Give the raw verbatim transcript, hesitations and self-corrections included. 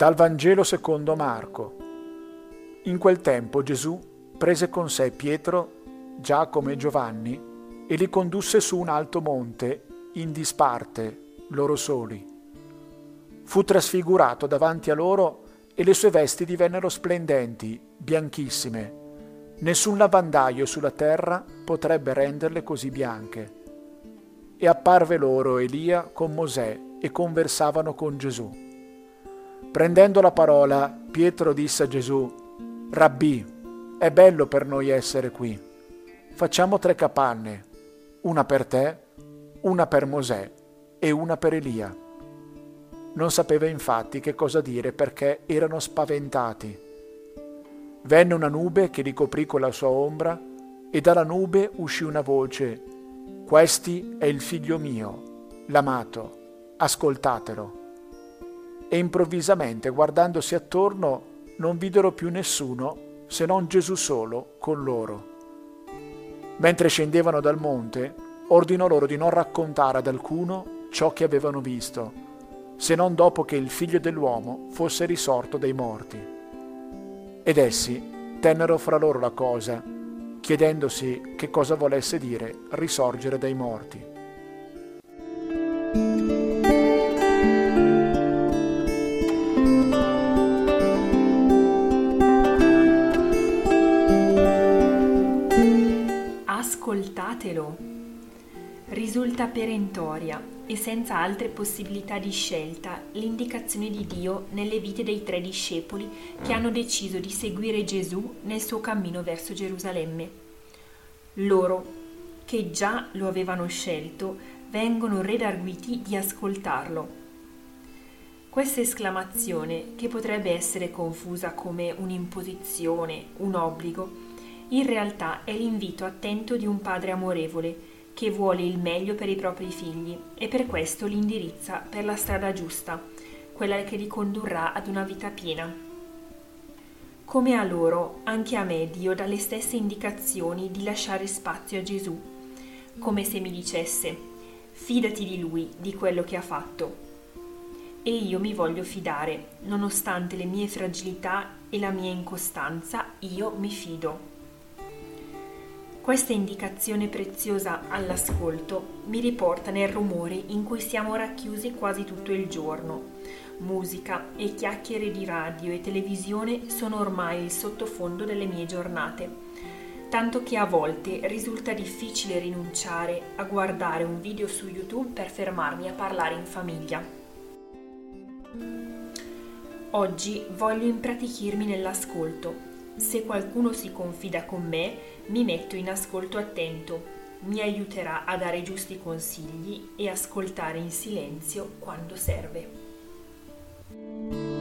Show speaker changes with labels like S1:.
S1: Dal Vangelo secondo Marco. In quel tempo Gesù prese con sé Pietro, Giacomo e Giovanni e li condusse su un alto monte, in disparte, loro soli. Fu trasfigurato davanti a loro e le sue vesti divennero splendenti, bianchissime. Nessun lavandaio sulla terra potrebbe renderle così bianche. E apparve loro Elia con Mosè e conversavano con Gesù. Prendendo la parola, Pietro disse a Gesù: Rabbì, è bello per noi essere qui. Facciamo tre capanne, una per te, una per Mosè e una per Elia. Non sapeva infatti che cosa dire perché erano spaventati. Venne una nube che li coprì con la sua ombra e dalla nube uscì una voce: Questi è il figlio mio, l'amato, ascoltatelo. E improvvisamente, guardandosi attorno, non videro più nessuno se non Gesù solo con loro. Mentre scendevano dal monte, ordinò loro di non raccontare ad alcuno ciò che avevano visto, se non dopo che il figlio dell'uomo fosse risorto dai morti. Ed essi tennero fra loro la cosa, chiedendosi che cosa volesse dire risorgere dai morti.
S2: Ascoltatelo. Risulta perentoria e senza altre possibilità di scelta l'indicazione di Dio nelle vite dei tre discepoli che hanno deciso di seguire Gesù nel suo cammino verso Gerusalemme. Loro, che già lo avevano scelto, vengono redarguiti di ascoltarlo. Questa esclamazione, che potrebbe essere confusa come un'imposizione, un obbligo, in realtà è l'invito attento di un padre amorevole che vuole il meglio per i propri figli e per questo li indirizza per la strada giusta, quella che li condurrà ad una vita piena. Come a loro, anche a me Dio dà le stesse indicazioni di lasciare spazio a Gesù, come se mi dicesse: fidati di Lui, di quello che ha fatto. E io mi voglio fidare, nonostante le mie fragilità e la mia incostanza, io mi fido. Questa indicazione preziosa all'ascolto mi riporta nel rumore in cui siamo racchiusi quasi tutto il giorno. Musica e chiacchiere di radio e televisione sono ormai il sottofondo delle mie giornate, tanto che a volte risulta difficile rinunciare a guardare un video su YouTube per fermarmi a parlare in famiglia. Oggi voglio impratichirmi nell'ascolto. Se qualcuno si confida con me, mi metto in ascolto attento, mi aiuterà a dare giusti consigli e ascoltare in silenzio quando serve.